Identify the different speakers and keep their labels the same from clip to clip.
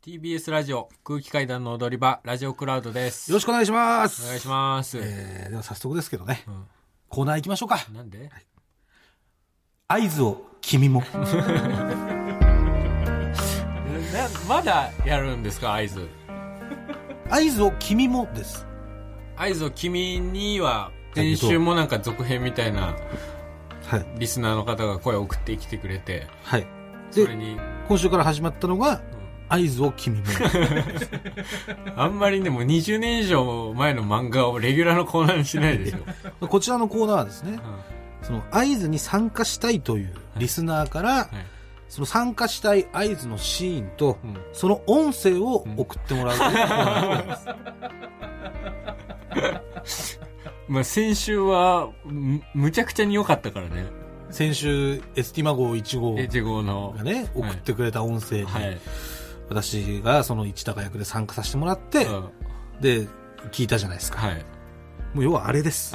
Speaker 1: TBS ラジオ空気階段の踊り場ラジオクラウドです。
Speaker 2: よろしくお願いします。
Speaker 1: お願いします。
Speaker 2: では早速ですけどね、コーナー行きましょうか。
Speaker 1: なんで、
Speaker 2: 合図を君も
Speaker 1: まだやるんですか？合図
Speaker 2: を君もです。
Speaker 1: 合図を君には先週もなんか続編みたいなリスナーの方が声を送ってきてくれて、
Speaker 2: はい、
Speaker 1: それに
Speaker 2: 今週から始まったのが、合図を君も
Speaker 1: あんまりね、もう20年以上前の漫画をレギュラーのコーナーにしないですよ
Speaker 2: こちらのコーナーはですね、その合図に参加したいというリスナーから、その参加したい合図のシーンと、その音声を送ってもらうというコーナーでございます、
Speaker 1: まあ先週はむちゃくちゃに良かったからね。
Speaker 2: 先週エスティマ号1号
Speaker 1: の
Speaker 2: がね、送ってくれた音声に、私がその一高役で参加させてもらって、で聞いたじゃないですか、もう要はあれです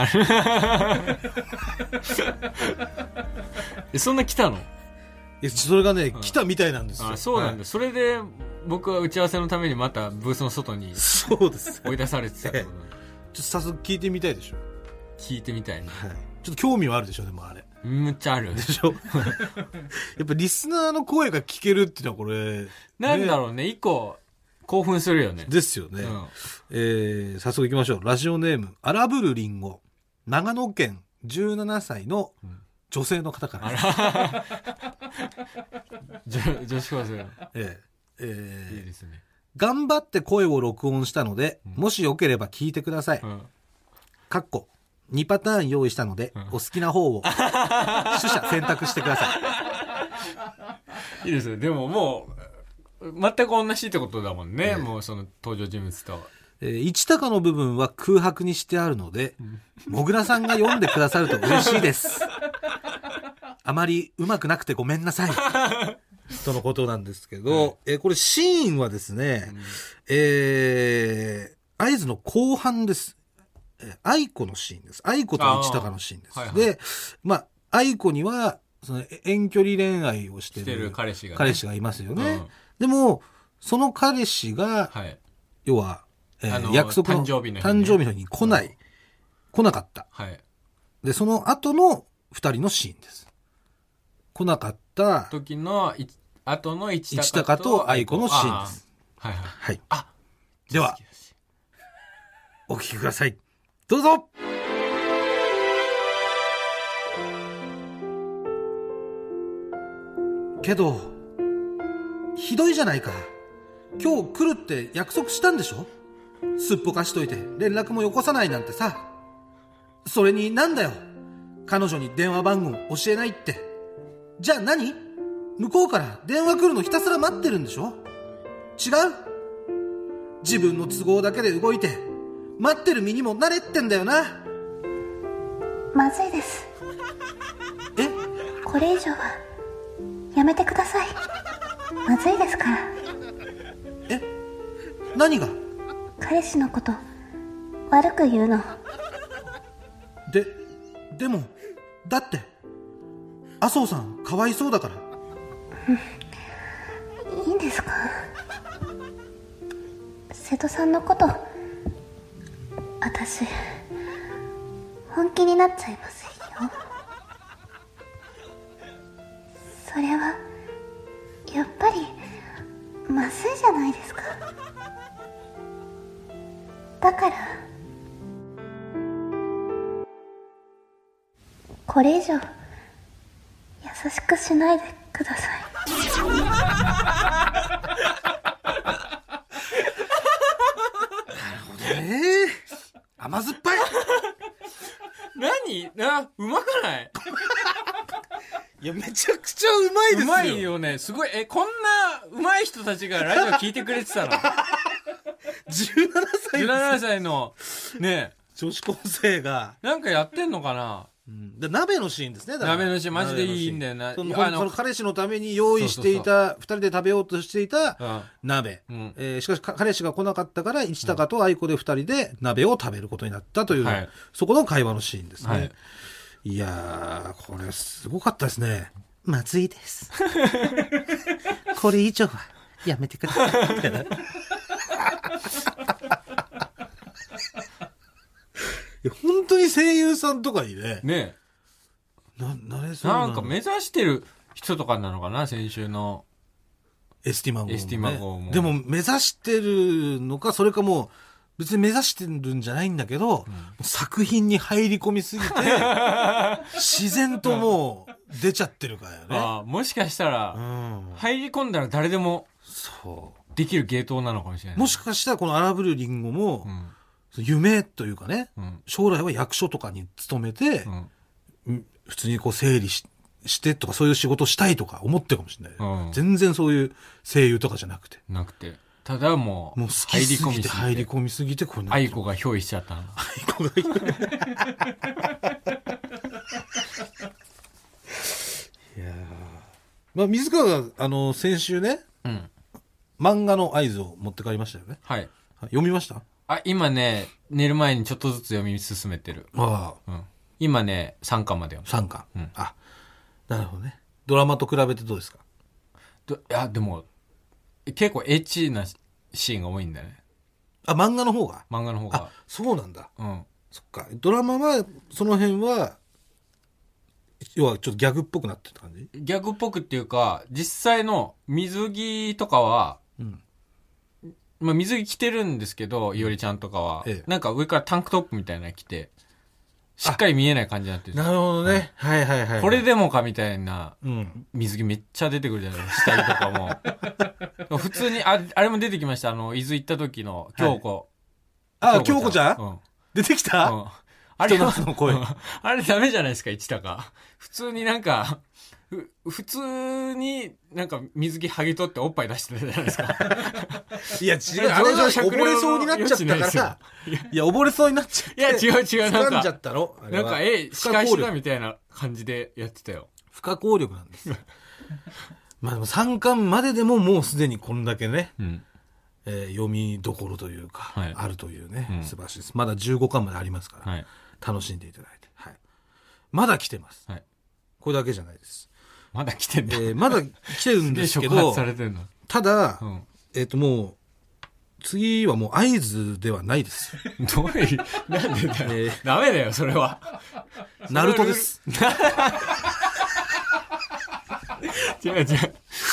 Speaker 1: そんな来たの？
Speaker 2: それがね、来たみたいなんですよ。
Speaker 1: そうなんだ、それで僕は打ち合わせのためにまたブースの外に
Speaker 2: そうです
Speaker 1: 追い出されてたってこと、
Speaker 2: ちょっと早速聞いてみたいでしょ。
Speaker 1: 聞いてみたいね、
Speaker 2: ちょっと興味はあるでしょ。でもあれ
Speaker 1: むっちゃある
Speaker 2: でしょやっぱリスナーの声が聞けるっていうのはこれ、
Speaker 1: なんだろうね、一個興奮するよね。
Speaker 2: ですよね、早速行きましょう。ラジオネーム荒ぶるりんご、長野県17歳の女性の方から、
Speaker 1: 女子高生、
Speaker 2: いい
Speaker 1: ですね。
Speaker 2: 頑張って声を録音したので、もしよければ聞いてください。かっこ2パターン用意したので、お好きな方を取捨選択してくださ
Speaker 1: い。いいですね。でももう全く同じってことだもんね、もうその登場人物と。
Speaker 2: 一高の部分は空白にしてあるので、もぐらさんが読んでくださると嬉しいですあまりうまくなくてごめんなさいとのことなんですけど、これシーンはですね、合図の後半です。愛子のシーンです。愛子と一高のシーンです。で、まあ愛子にはその遠距離恋愛をしてる彼氏がいますよね、でもその彼氏が、要は、約束の誕生日の日に来なかった、でその後の2人のシーンです。来なかった
Speaker 1: 時の後の
Speaker 2: 一高と愛子のシーンです。ではお聞きください、どうぞ。けどひどいじゃないか。今日来るって約束したんでしょ。すっぽかしといて連絡もよこさないなんてさ。それになんだよ、彼女に電話番号教えないって。じゃあ何？向こうから電話来るのひたすら待ってるんでしょ。違う？自分の都合だけで動いて待ってる身にも慣れってんだよな。
Speaker 3: まずいです。
Speaker 2: え？
Speaker 3: これ以上はやめてください。まずいですから。
Speaker 2: 何が？
Speaker 3: 彼氏のこと悪く言うの。
Speaker 2: でもだって麻生さんかわいそうだから。
Speaker 3: いいんですか？瀬戸さんのこと私本気になっちゃいますよ。それはやっぱりまずいじゃないですか。だからこれ以上優しくしないでください。
Speaker 2: 甘酸っぱい
Speaker 1: うまくない？
Speaker 2: いやめちゃくちゃうまいですよ。
Speaker 1: うまいよね。すごい。こんなうまい人たちがラジオ聞いてくれてたの17歳のね
Speaker 2: 女子高生が
Speaker 1: なんかやってんのかな。
Speaker 2: で鍋のシーンですね。
Speaker 1: 鍋のシーンマジでいいんだよな。
Speaker 2: その彼氏のために用意していた2人で食べようとしていた鍋、しかし彼氏が来なかったから一高と愛子で2人で鍋を食べることになったという、そこの会話のシーンですね、いやーこれすごかったですね。まずいですこれ以上はやめてくださいみたいな。いや本当に声優さんとかにね。
Speaker 1: ね
Speaker 2: なれそうな。
Speaker 1: なんか目指してる人とかなのかな、先週の。
Speaker 2: エスティマ号も、ね。
Speaker 1: エスティマ号も。
Speaker 2: でも目指してるのか、それかもう、別に目指してるんじゃないんだけど、作品に入り込みすぎて、自然ともう出ちゃってるからよね。
Speaker 1: ああ、もしかしたら、入り込んだら誰でも、できる芸当なのかもしれない。
Speaker 2: もしかしたらこの荒ぶるリンゴも、夢というかね、将来は役所とかに勤めて、普通にこう整理してとかそういう仕事したいとか思ってるかもしれない。全然そういう声優とかじゃなくて。
Speaker 1: ただもう
Speaker 2: 好きすぎて入り込みすぎてこれ
Speaker 1: 愛子が憑依しちゃったの。
Speaker 2: 愛子がいやまあ水川が先週ね、漫画の合図を持って帰りましたよね。
Speaker 1: はい。
Speaker 2: 読みました？
Speaker 1: 今ね、寝る前にちょっとずつ読み進めてる。今ね、3巻まで読
Speaker 2: む。3巻。なるほどね。ドラマと比べてどうですか？
Speaker 1: いや、でも、結構エッチなシーンが多いんだよね。
Speaker 2: 漫画の方が？
Speaker 1: 漫画の方が。
Speaker 2: そうなんだ。そっか。ドラマは、その辺は、要はちょっとギャグっぽくなってる感じ？
Speaker 1: ギャグっぽくっていうか、実際の水着とかは、まあ水着着てるんですけど、いおりちゃんとかは、なんか上からタンクトップみたいなの着て、しっかり見えない感じになってる。
Speaker 2: なるほどね。はいはいはい。
Speaker 1: これでもかみたいな、水着めっちゃ出てくるじゃないですか、下着とかも。普通に、あれも出てきました。伊豆行った時の京子。
Speaker 2: 京子ちゃん出てきた？
Speaker 1: あれの声。あれダメじゃないですか、一高。普通になんか、普通になんか水着剥ぎ取っておっぱい出してたじゃないですか。
Speaker 2: いや違う、あれは溺れそうになっちゃったからさ。いや、溺れそうになっちゃって。
Speaker 1: いや違う、なんか。
Speaker 2: 掴んじゃったの？
Speaker 1: なんか、仕返しだみたいな感じでやってたよ。
Speaker 2: 不可抗力なんです。まあでも3巻まででももうすでにこんだけね、読みどころというか、あるというね、素晴らしいです。まだ15巻までありますから、楽しんでいただいて。まだ来てます。これだけじゃないです。
Speaker 1: まだ来てんだ。
Speaker 2: まだ来てるんですけど、ただ、もう、次はもう合図ではないです。
Speaker 1: どういう、なんでだよ。ダメだよ、それは。
Speaker 2: ナルトです。
Speaker 1: 違う。なんでだよ。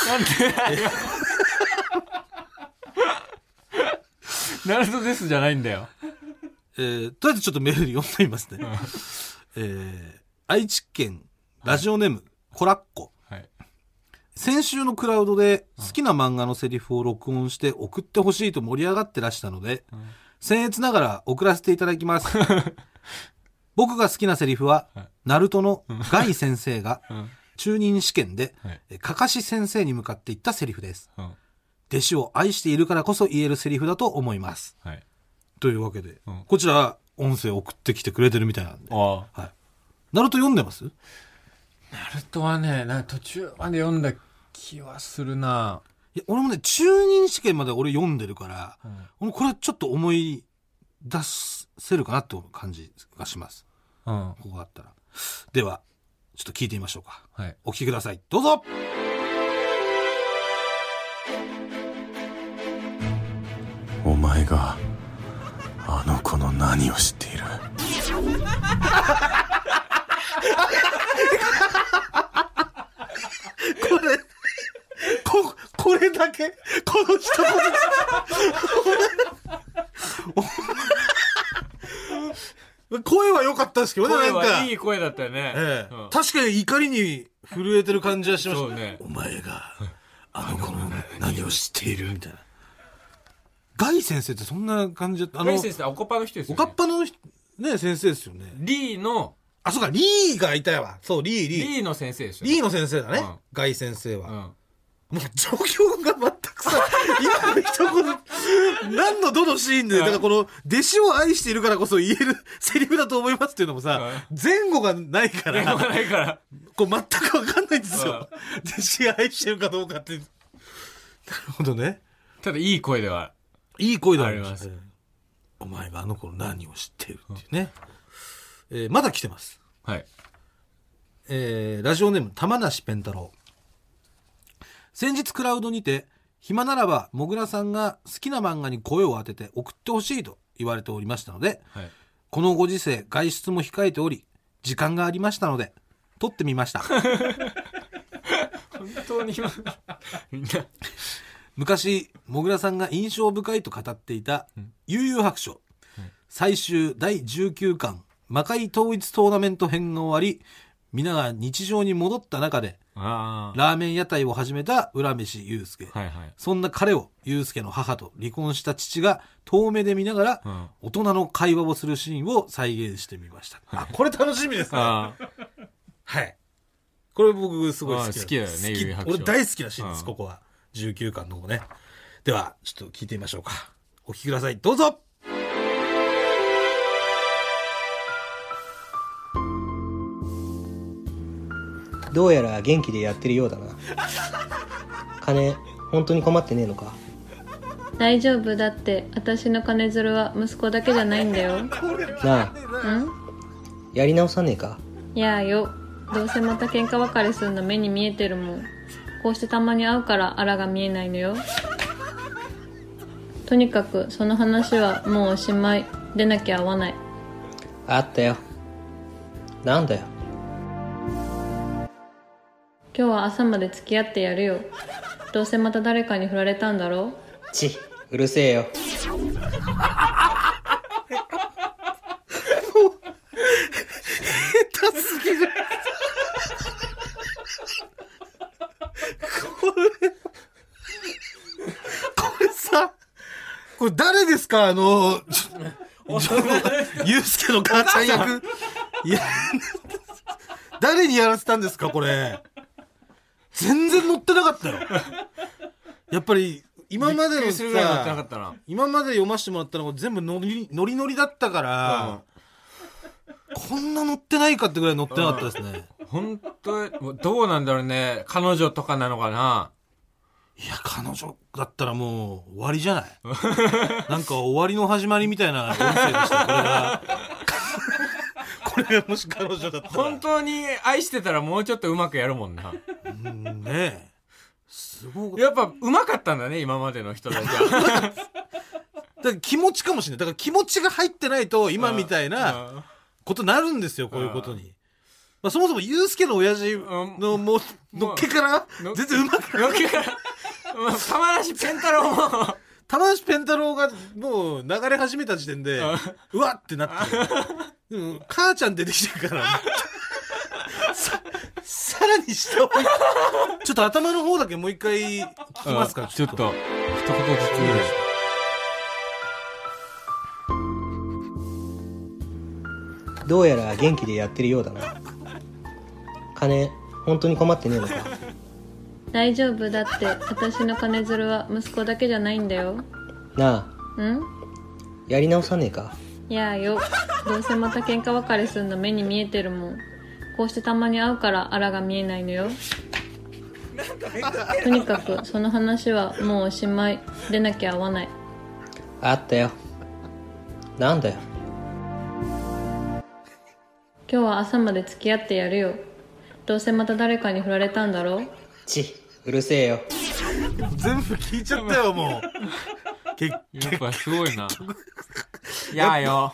Speaker 1: ナルトですじゃないんだよ。
Speaker 2: とりあえずちょっとメール読んでみますね。愛知県ラジオネームコラッコ。先週のクラウドで好きな漫画のセリフを録音して送ってほしいと盛り上がってらしたので、僭越ながら送らせていただきます。僕が好きなセリフは、ナルトのガイ先生が中任試験でカカシ先生に向かって言ったセリフです。弟子を愛しているからこそ言えるセリフだと思います。というわけで、こちら音声送ってきてくれてるみたいなんで。ナルト読んでます？
Speaker 1: ナルトはね、途中まで読んだ気はするな。
Speaker 2: いや、俺もね、中任試験まで俺読んでるから、俺これはちょっと思い出せるかなって感じがします。ここがあったら。では、ちょっと聞いてみましょうか。お聞きください。どうぞ。
Speaker 4: お前が、あの子の何を知っている？
Speaker 2: これだけこの一言声は良かったですけどね。
Speaker 1: 声はいい声だったよね。
Speaker 2: 確かに怒りに震えてる感じはしました。
Speaker 1: そうね。
Speaker 2: お前があの子の何を知っているみたいな。ガイ先生ってそんな感じだった。
Speaker 1: ガイ先生っておかっぱの人ですよね。
Speaker 2: おかっぱのね先生ですよね。
Speaker 1: リーの
Speaker 2: そうか、リーがいたわ。そう、リ
Speaker 1: ーの先生ですよ。
Speaker 2: リーの先生だね。ガイ先生は。もう状況が全くさ、今の一言、何のどのシーンで、だからこの、弟子を愛しているからこそ言えるセリフだと思いますっていうのもさ、前後がないから、こう全くわかんないんですよ。弟子が愛してるかどうかって。なるほどね。
Speaker 1: ただいい声では。
Speaker 2: いい声ではあります。お前があの子の何を知っているっていうね。まだ来てます。ラジオネーム玉梨ペンタロウ。先日クラウドにて暇ならばもぐらさんが好きな漫画に声を当てて送ってほしいと言われておりましたので、
Speaker 1: はい、
Speaker 2: このご時世外出も控えており時間がありましたので撮ってみました
Speaker 1: 本当にみんな
Speaker 2: 昔もぐらさんが印象深いと語っていた悠々白書、最終第19巻魔界統一トーナメント編が終わり皆が日常に戻った中でラーメン屋台を始めた浦飯祐介、
Speaker 1: はいはい、
Speaker 2: そんな彼を祐介の母と離婚した父が遠目で見ながら、大人の会話をするシーンを再現してみました、あ、これ楽しみですねはい、これ僕すごい好き
Speaker 1: だよね。悠々白書
Speaker 2: 俺大好きなシーンです、ここは19巻の方ね。ではちょっと聞いてみましょうか。お聞きください、どうぞ。
Speaker 5: どうやら元気でやってるようだな。金本当に困ってねえのか。
Speaker 6: 大丈夫だって、私の金づるは息子だけじゃないんだよ。
Speaker 5: なあ、やり直さねえか。
Speaker 6: やあよ、どうせまた喧嘩別れするの目に見えてるもん。こうしてたまに会うからあらが見えないのよ。とにかくその話はもうおしまい。出なきゃ会わない。
Speaker 5: あったよ。なんだよ。
Speaker 6: 今日は朝まで付き合ってやるよ。どうせまた誰かに振られたんだろ。
Speaker 5: うるせえよ。
Speaker 2: 下手すぎるこれさ、これ誰ですか？ゆうすけの母ちゃん役。いや、誰にやらせたんですかこれ。全然乗ってなかったよ。やっぱり今までのさ、今まで読ませてもらったのが全部ノリノリだったから、こんな乗ってないかってぐらい乗ってなかったですね。
Speaker 1: 本当どうなんだろうね。彼女とかなのかな。
Speaker 2: いや、彼女だったらもう終わりじゃない。なんか終わりの始まりみたいな音声でした。これがもし彼女だったら。
Speaker 1: 本当に愛してたらもうちょっとうまくやるもんな。
Speaker 2: ねえ、すごい。
Speaker 1: やっぱうまかったんだね、今までの人たちは。
Speaker 2: だから気持ちかもしれない。だから気持ちが入ってないと今みたいなことになるんですよ、こういうことに。まあ、そもそもユースケの親父のもうのっけから全然うまくない。
Speaker 1: 玉梨ペンタロウも
Speaker 2: 玉梨ペンタロウがもう流れ始めた時点でうわってなって、母ちゃん出てきてからさらに下をちょっと頭の方だけもう一回聞きますか。
Speaker 1: ちょっと一言ずつね。
Speaker 5: どうやら元気でやってるようだな。金本当に困ってねえのか。
Speaker 6: 大丈夫だって、私の金づるは息子だけじゃないんだよ。
Speaker 5: なあ、やり直さねえか。
Speaker 6: やあよ、どうせまた喧嘩別れするの目に見えてるもん。こうしてたまに会うからあらが見えないのよ。とにかくその話はもうおしまい。出なきゃ会わない。
Speaker 5: あったよ。なんだよ。
Speaker 6: 今日は朝まで付き合ってやるよ。どうせまた誰かに振られたんだろ。
Speaker 5: うるせえよ。
Speaker 2: 全部聞いちゃったよもう。
Speaker 1: やっぱすごいな。やあよ。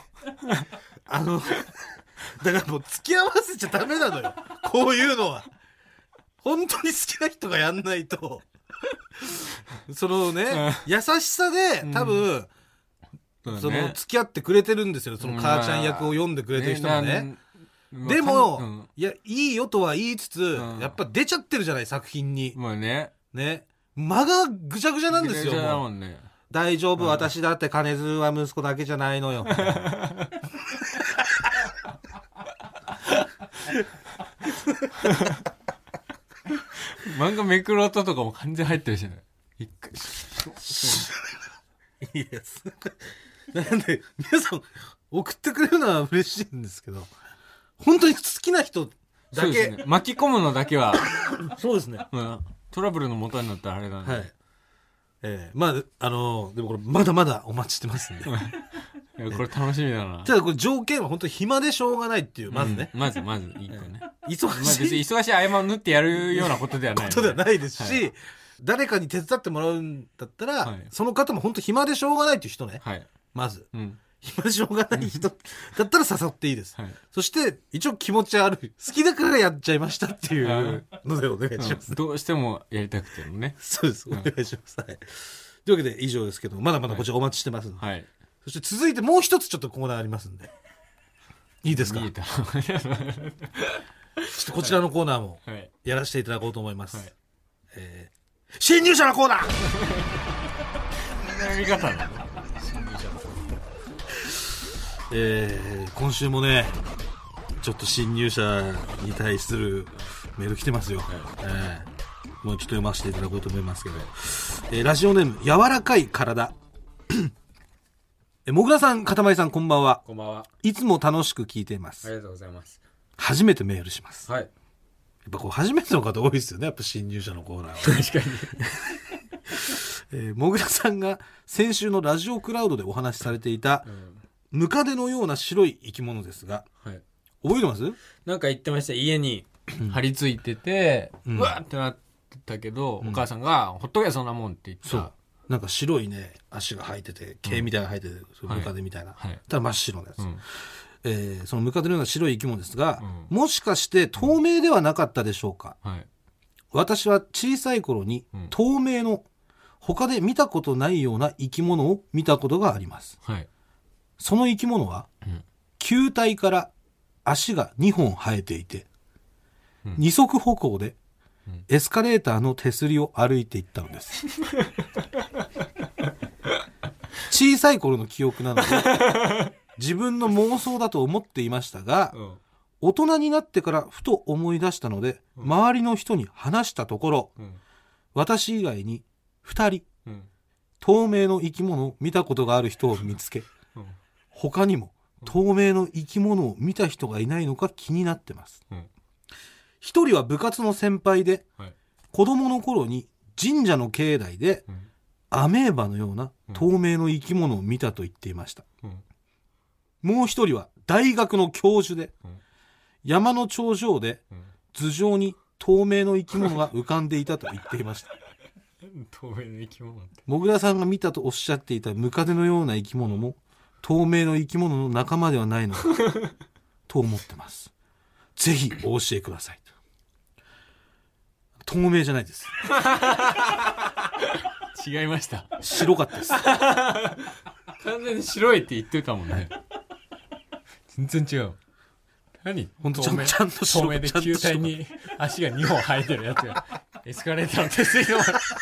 Speaker 2: だからもう付き合わせちゃダメなのよ。こういうのは。本当に好きな人がやんないと。そのね、優しさで多分、その付き合ってくれてるんですよ。その母ちゃん役を読んでくれてる人もね。でも、いや、いいよとは言いつつ、やっぱ出ちゃってるじゃない、作品に。
Speaker 1: まあね。
Speaker 2: ね。間がぐちゃぐちゃなんですよ。もう大丈夫、私だって金づるは息子だけじゃないのよ。
Speaker 1: 漫画めくる音とかも完全入ってるしね。一回。
Speaker 2: いや、なんで、皆さん送ってくれるのは嬉しいんですけど、本当に好きな人だけ。
Speaker 1: ね、巻き込むのだけは。
Speaker 2: そうですね。
Speaker 1: トラブルの元になったらあれなんで。はい。
Speaker 2: まあ、でもこれまだまだお待ちしてますんで。
Speaker 1: いや、これ楽しみだな。
Speaker 2: ただこれ条件は本当に暇でしょうがないっていう、まずね。
Speaker 1: まず、いい子ね。
Speaker 2: 忙しい。
Speaker 1: 忙しい合間を縫ってやるようなことではない。
Speaker 2: ことではないですし、 誰かに手伝ってもらうんだったら、
Speaker 1: はい
Speaker 2: その方も本当暇でしょうがないっていう人ね、
Speaker 1: はい。
Speaker 2: まず
Speaker 1: うん。
Speaker 2: 暇でしょうがない人だったら誘っていいです、
Speaker 1: はい。
Speaker 2: そして一応気持ち悪い好きだからやっちゃいましたっていうのでお願いします、
Speaker 1: どうしてもやりたくてもね。
Speaker 2: そうですお願いします、はい、というわけで以上ですけどまだまだこちらお待ちしてますんで、
Speaker 1: はい。
Speaker 2: そして続いてもう一つちょっとコーナーありますんでいいですか
Speaker 1: 見えた。
Speaker 2: ちょっとこちらのコーナーも
Speaker 1: はい。
Speaker 2: やらせていただこうと思います、
Speaker 1: はい
Speaker 2: 新入社のコーナー
Speaker 1: 見方なの？
Speaker 2: 今週もねちょっと新入社に対するメール来てますよ、もうちょっと読ませていただこうと思いますけど、ラジオネーム柔らかい体もぐらさんかたまりさんこんばんは。
Speaker 1: こんばんは。
Speaker 2: いつも楽しく聞いています、
Speaker 1: ありがとうございます。
Speaker 2: 初めてメールします。
Speaker 1: はい。
Speaker 2: やっぱこう初めての方多いですよねやっぱ新入社のコーナーは
Speaker 1: 確かに。
Speaker 2: もぐらさんが先週のラジオクラウドでお話しされていた、ムカデのような白い生き物ですが、
Speaker 1: はい。
Speaker 2: 覚えてます？
Speaker 1: なんか言ってました。家に張り付いてて、
Speaker 2: うん
Speaker 1: うわーってなってたけど、お母さんが、ほっとけそんなもんって言って
Speaker 2: そう
Speaker 1: た。
Speaker 2: なんか白いね足が生えてて毛みたいなの生えてて、それムカデみたいな、
Speaker 1: はい。
Speaker 2: ただ真っ白なやつ、
Speaker 1: うん。
Speaker 2: そのムカデのような白い生き物ですが、
Speaker 1: う
Speaker 2: もしかして透明ではなかったでしょうか。
Speaker 1: はい。
Speaker 2: 私は小さい頃に
Speaker 1: うん
Speaker 2: 透明の他で見たことないような生き物を見たことがあります。
Speaker 1: はい。
Speaker 2: その生き物は、
Speaker 1: うん
Speaker 2: 球体から足が2本生えていて、
Speaker 1: うん
Speaker 2: 二足歩行で
Speaker 1: うん
Speaker 2: エスカレーターの手すりを歩いていったのです小さい頃の記憶なので自分の妄想だと思っていましたが、
Speaker 1: うん。
Speaker 2: 大人になってからふと思い出したので、周りの人に話したところ、
Speaker 1: うん。
Speaker 2: 私以外に2人
Speaker 1: うん。
Speaker 2: 透明の生き物を見たことがある人を見つけ、
Speaker 1: うん。
Speaker 2: 他にも透明の生き物を見た人がいないのか気になってます。
Speaker 1: うん
Speaker 2: 一人は部活の先輩で、
Speaker 1: はい。
Speaker 2: 子供の頃に神社の境内で
Speaker 1: うん。
Speaker 2: アメーバのような透明の生き物を見たと言っていました。
Speaker 1: うん。
Speaker 2: もう一人は大学の教授で、
Speaker 1: うん
Speaker 2: 山の頂上で
Speaker 1: うん。
Speaker 2: 頭上に透明の生き物が浮かんでいたと言っていました。
Speaker 1: 透明の生き物って。
Speaker 2: もぐらさんが見たとおっしゃっていたムカデのような生き物も透明の生き物の仲間ではないのかと思ってます。ぜひお教えください。透明じゃないです。
Speaker 1: 違いました。
Speaker 2: 白かったです。
Speaker 1: 完全に白いって言ってたもんね。全然違う。何
Speaker 2: ほんとちゃんと
Speaker 1: 透明で
Speaker 2: ちゃんと
Speaker 1: 球体に足が2本生えてるやつがエスカレーターの手すりの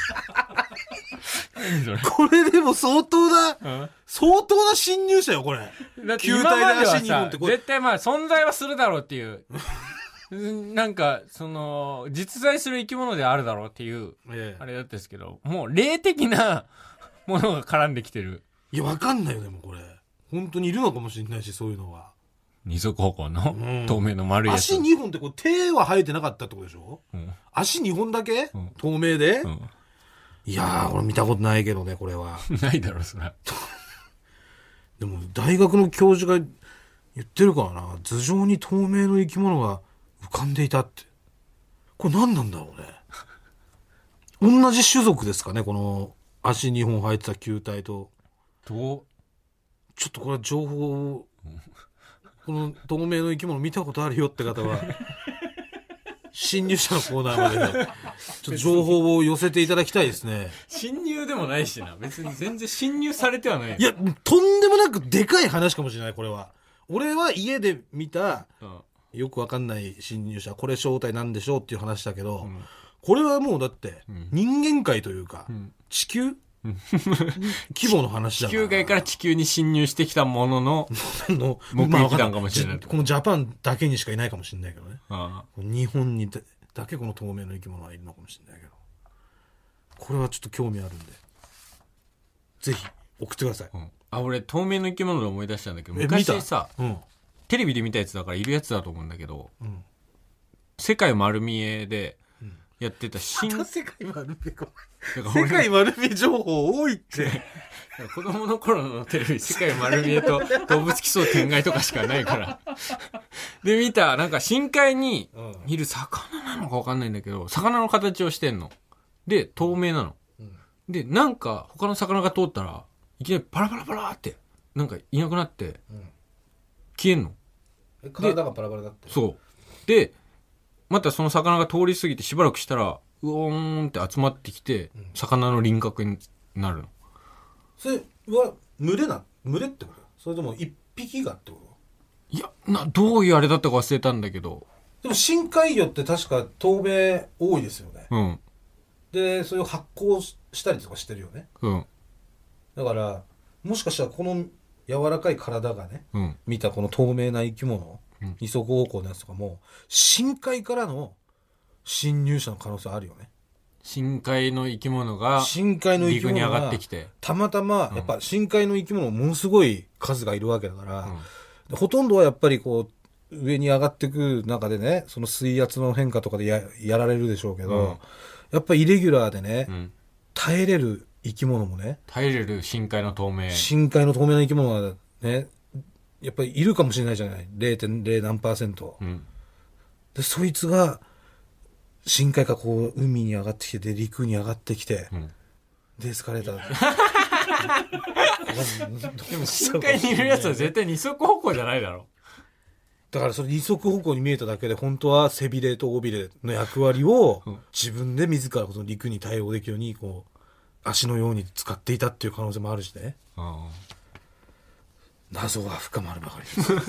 Speaker 1: 何それ。
Speaker 2: これでも相当な、
Speaker 1: うん
Speaker 2: 相当な侵入者よ、これ。
Speaker 1: だって
Speaker 2: 球
Speaker 1: 今までは
Speaker 2: 体で足2本
Speaker 1: さ
Speaker 2: ってこれ。
Speaker 1: 絶対まあ存在はするだろうっていうなんかその実在する生き物であるだろうっていう
Speaker 2: ええ
Speaker 1: あれだったんですけど、もう霊的なものが絡んできてる。
Speaker 2: いや、わかんないよ、でもこれ。本当にいるのかもしれないし、そういうのは。
Speaker 1: 二足歩行の
Speaker 2: うん
Speaker 1: 透明の丸いやつ。
Speaker 2: 足2本ってこう手は生えてなかったってことでしょ？
Speaker 1: うん
Speaker 2: 足2本だけ、
Speaker 1: うん
Speaker 2: 透明で、
Speaker 1: うん
Speaker 2: いやー、これ見たことないけどね、これは。
Speaker 1: ないだろ、それ。
Speaker 2: でも、大学の教授が言ってるからな、頭上に透明の生き物が浮かんでいたって。これ何なんだろうね。同じ種族ですかね、この足2本生えてた球体と。
Speaker 1: ど
Speaker 2: ちょっとこれ情報を、この透明の生き物見たことあるよって方は、侵入者のコーナーまで、ちょっと情報を寄せていただきたいですね。
Speaker 1: 侵入でもないしな。別に全然侵入されてはないよ。
Speaker 2: いや、とんでもなくでかい話かもしれない、これは。俺は家で見た、
Speaker 1: うん
Speaker 2: よくわかんない侵入者、これ正体なんでしょうっていう話だけど、
Speaker 1: ん
Speaker 2: これはもうだって
Speaker 1: ん、
Speaker 2: 人間界というか、
Speaker 1: ん
Speaker 2: 地球規模の話じゃない。
Speaker 1: 地球外から地球に侵入してきたものの、
Speaker 2: の
Speaker 1: 目撃
Speaker 2: まあわかん
Speaker 1: 談かもしれない
Speaker 2: このジャパンだけにしかいないかもしれないけどね。
Speaker 1: あ
Speaker 2: 日本にだけこの透明の生き物はいるのかもしれないけど、これはちょっと興味あるんで、ぜひ送ってください。
Speaker 1: 俺、透明の生き物で思い出したんだけど、
Speaker 2: 見た
Speaker 1: 昔さ、
Speaker 2: うん。
Speaker 1: テレビで見たやつだからいるやつだと思うんだけど、
Speaker 2: ん
Speaker 1: 世界丸見えでやってた新、
Speaker 2: 世界丸見えか。
Speaker 1: なんか
Speaker 2: 世
Speaker 1: 俺
Speaker 2: 界丸見え情報多いって。
Speaker 1: 子供の頃のテレビ、世界丸見えと動物奇想天外とかしかないから。で、見た、なんか深海にいる魚なのかわかんないんだけど、魚の形をしてんの。 で透明なの、でなんか他の魚が通ったらいきなりパラパラパラってなんかいなくなって、消えんの。
Speaker 2: 体がパラパラだって。
Speaker 1: そうでまたその魚が通り過ぎてしばらくしたらうおーんって集まってきて、魚の輪郭になるの。
Speaker 2: それは群れってこと？それとも一匹がってこと？
Speaker 1: いやどういうあれだったか忘れたんだけど、
Speaker 2: でも深海魚って確か透明多いですよね。
Speaker 1: うん。
Speaker 2: でそれを発光したりとかしてるよね。
Speaker 1: うん。
Speaker 2: だからもしかしたらこの柔らかい体がね、
Speaker 1: うん、
Speaker 2: 見たこの透明な生き物、二足歩行のやつとかも深海からの侵入者の可能性あるよね。
Speaker 1: 深海の生き物が
Speaker 2: 陸
Speaker 1: に上がってきて
Speaker 2: たまたまやっぱ深海の生き物ものすごい数がいるわけだから、ほとんどはやっぱりこう上に上がってく中でね、その水圧の変化とかで やられるでしょうけど、やっぱりイレギュラーでね、耐えれる生き物もね、
Speaker 1: 耐えれる深海の透明な
Speaker 2: 生き物はねやっぱりいるかもしれないじゃない。 0.0 何%、でそいつが深海からこう海に上がってきて、で陸に上がってきて、でエスカレーター
Speaker 1: でも深海にいるやつは絶対二足歩行じゃないだろ。
Speaker 2: だからそれ二足歩行に見えただけで本当は背びれと尾びれの役割を自分で自らその陸に対応できるようにこう足のように使っていたっていう可能性もあるしね。謎が深まるばかりです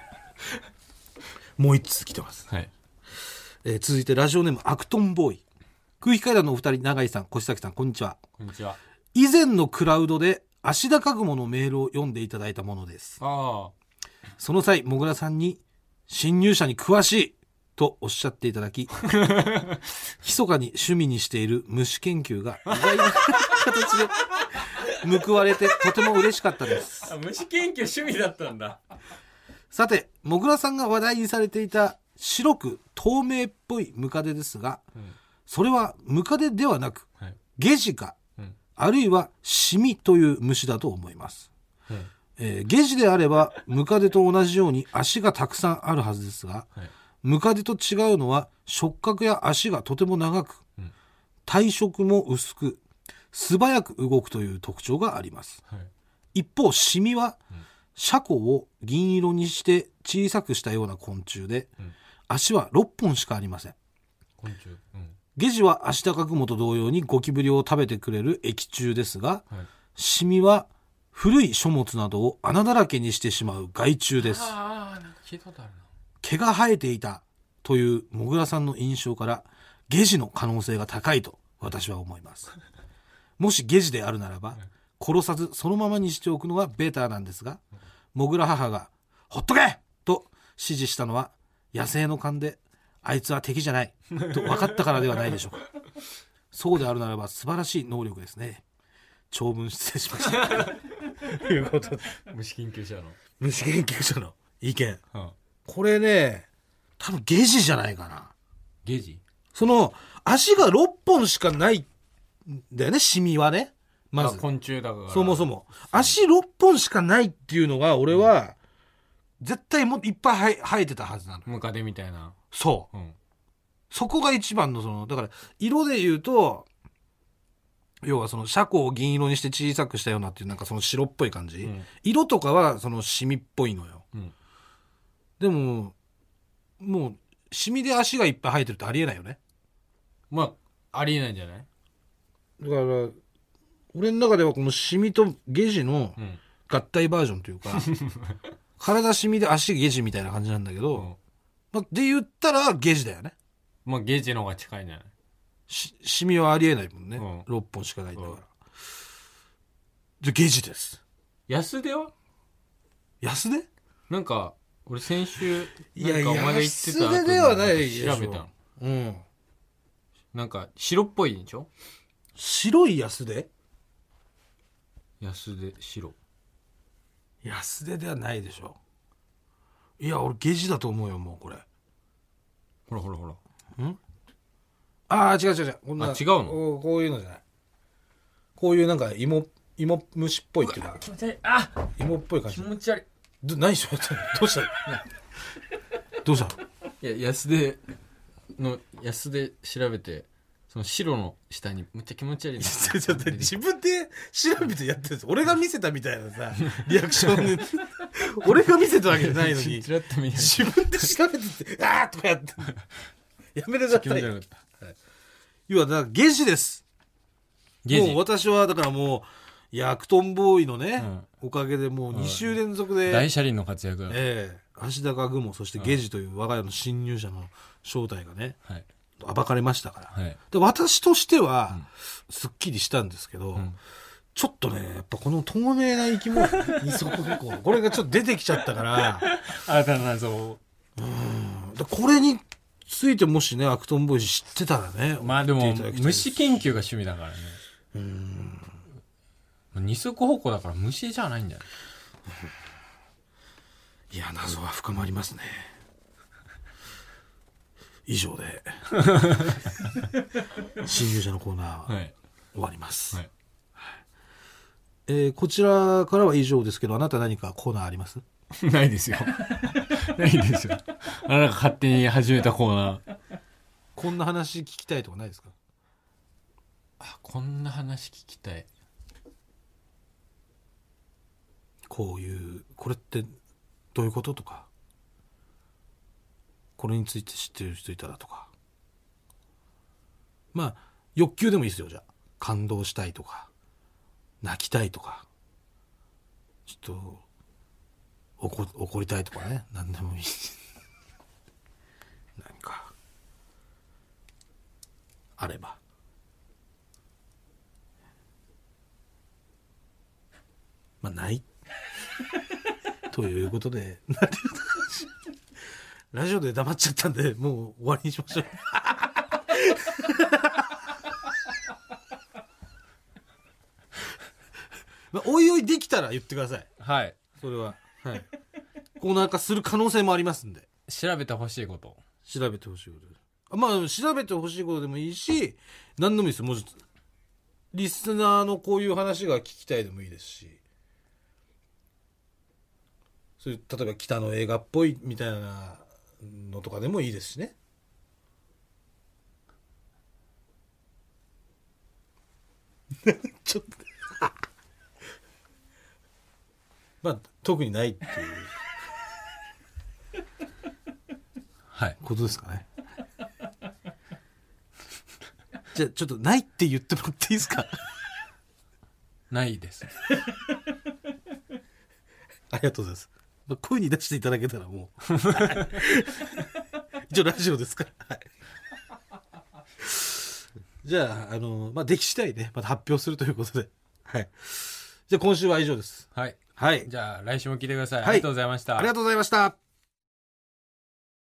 Speaker 2: もう一通来てます、
Speaker 1: はい。
Speaker 2: 続いてラジオネームアクトンボーイ。空気階段のお二人、永井さん、越崎さん、こんにちは。
Speaker 1: こんにちは。
Speaker 2: 以前のクラウドで足高雲のメールを読んでいただいたものです。
Speaker 1: そ
Speaker 2: の際もぐらさんに侵入者に詳しいとおっしゃっていただき密かに趣味にしている虫研究が意外な形で報われてとても嬉しかったです。
Speaker 1: 虫研究趣味だったんだ。
Speaker 2: さてもぐらさんが話題にされていた白く透明っぽいムカデですが、それはムカデではなく、ゲジか、あるいはシミという虫だと思います。ゲジであればムカデと同じように足がたくさんあるはずですが、ムカデと違うのは触覚や足がとても長く、体色も薄く素早く動くという特徴があります。一方シミは、シャコを銀色にして小さくしたような昆虫で、足は6本しかありません。ゲジはアシタカグモと同様にゴキブリを食べてくれる益虫ですが、シミは古い書物などを穴だらけにしてしまう害虫です。毛が生えていたというもぐらさんの印象からゲジの可能性が高いと私は思います。もしゲジであるならば、殺さずそのままにしておくのがベターなんですが、もぐら母がほっとけと指示したのは野生の勘で、あいつは敵じゃないと分かったからではないでしょうか。そうであるならば素晴らしい能力ですね。長文失礼しましたということで、
Speaker 1: 虫研究
Speaker 2: 者の意見、これね多分ゲジじゃないかな。
Speaker 1: ゲジ、
Speaker 2: その足が6本しかないんだよね、シミはね。まず
Speaker 1: 昆虫だから、
Speaker 2: そもそも足6本しかないっていうのが俺は、絶対もいっぱい生えてたはずなの。
Speaker 1: ムカデみたいな。
Speaker 2: そう、そこが一番のその、だから色で言うと、要はそのシャコを銀色にして小さくしたようなっていうなんかその白っぽい感じ、色とかはそのシミっぽいのよ、でももうシミで足がいっぱい生えてるってありえないよね。
Speaker 1: まあありえないんじゃない。
Speaker 2: だから俺の中ではこのシミとゲジの合体バージョンというか、体シミで足ゲジみたいな感じなんだけど、まあ、で言ったらゲジだよね。
Speaker 1: まあゲジの方が近いんじゃない。
Speaker 2: シミはありえないもんね、6本しかないんだから、でゲジです。
Speaker 1: 安手は
Speaker 2: 安手
Speaker 1: なんか俺先週
Speaker 2: なん
Speaker 1: かお前が言ってた
Speaker 2: 安手ではないでしょ。
Speaker 1: 調べたの、なんか白っぽいでしょ。
Speaker 2: 白い安手、
Speaker 1: 安手白、
Speaker 2: 安手ではないでしょ。いや俺ゲジだと思うよ。もうこれ
Speaker 1: ほら
Speaker 2: ああ違うこんな、
Speaker 1: 違うの。
Speaker 2: こういうのじゃない。こういうなんか芋虫っぽいっていうか、
Speaker 1: 気持ち悪い。あ、
Speaker 2: 芋っぽい感じ。
Speaker 1: 気持ち悪い。
Speaker 2: 何しようどうした
Speaker 1: いや安手調べてその白の下にむっちゃ気持ち悪いな
Speaker 2: 自分で調べてやってるんです。俺が見せたみたいなさリアクションで俺が見せたわけじゃないのに
Speaker 1: チラッと見ない
Speaker 2: 自分で調べててあーとかやってやめてください。要はだからゲジです。
Speaker 1: ゲジ
Speaker 2: もう私はだからもうヤクトンボーイのね、おかげでもう2週連続で、
Speaker 1: 大車輪の活躍だ。
Speaker 2: 橋高雲そしてゲジという我が家の侵入者の正体がね、暴かれましたから、で私としては、すっきりしたんですけど、ちょっとねやっぱこの透明な生き物二足歩行これがちょっと出てきちゃったから
Speaker 1: 新たな謎
Speaker 2: これについてもしねアクトンボーイ知ってたらね、
Speaker 1: まあでも虫研究が趣味だからね。二足歩行だから虫じゃないんだよ。
Speaker 2: いや謎は深まりますね。以上で侵入者のコーナー、終わります、こちらからは以上ですけど、あなた何かコーナーあります？
Speaker 1: ないですよないですよ。あなたが勝手に始めたコーナー。
Speaker 2: こんな話聞きたいとかないですか？
Speaker 1: こんな話聞きたい。
Speaker 2: こういうこれってどういうこととか、これについて知ってる人いたらとか、まあ欲求でもいいですよ。じゃあ感動したいとか泣きたいとかちょっと怒りたいとかね、何でもいい何かあればまあないということでラジオで黙っちゃったんでもう終わりにしましょうまあ、おいおいできたら言ってください。
Speaker 1: はい。
Speaker 2: それは、はい。コーナー化する可能性もありますんで。
Speaker 1: 調べてほしいこと。
Speaker 2: 調べてほしいこと。まあ調べてほしいことでもいいし、何でもいいですよ。もうリスナーのこういう話が聞きたいでもいいですし、そういう例えば北の映画っぽいみたいなのとかでもいいですしね。ちょっとまあ特にないっていうことですかね。じゃあちょっとないって言ってもらっていいですか？
Speaker 1: ないです。
Speaker 2: ありがとうございます。声に出していただけたらもう一応ラジオですから、はい、じゃあまあ出来次第ねまた発表するということで、はい、じゃあ今週は以上です。
Speaker 1: はい、
Speaker 2: はい、
Speaker 1: じゃあ来週も聞いてください。ありがとうございました。
Speaker 2: ありがとうございました。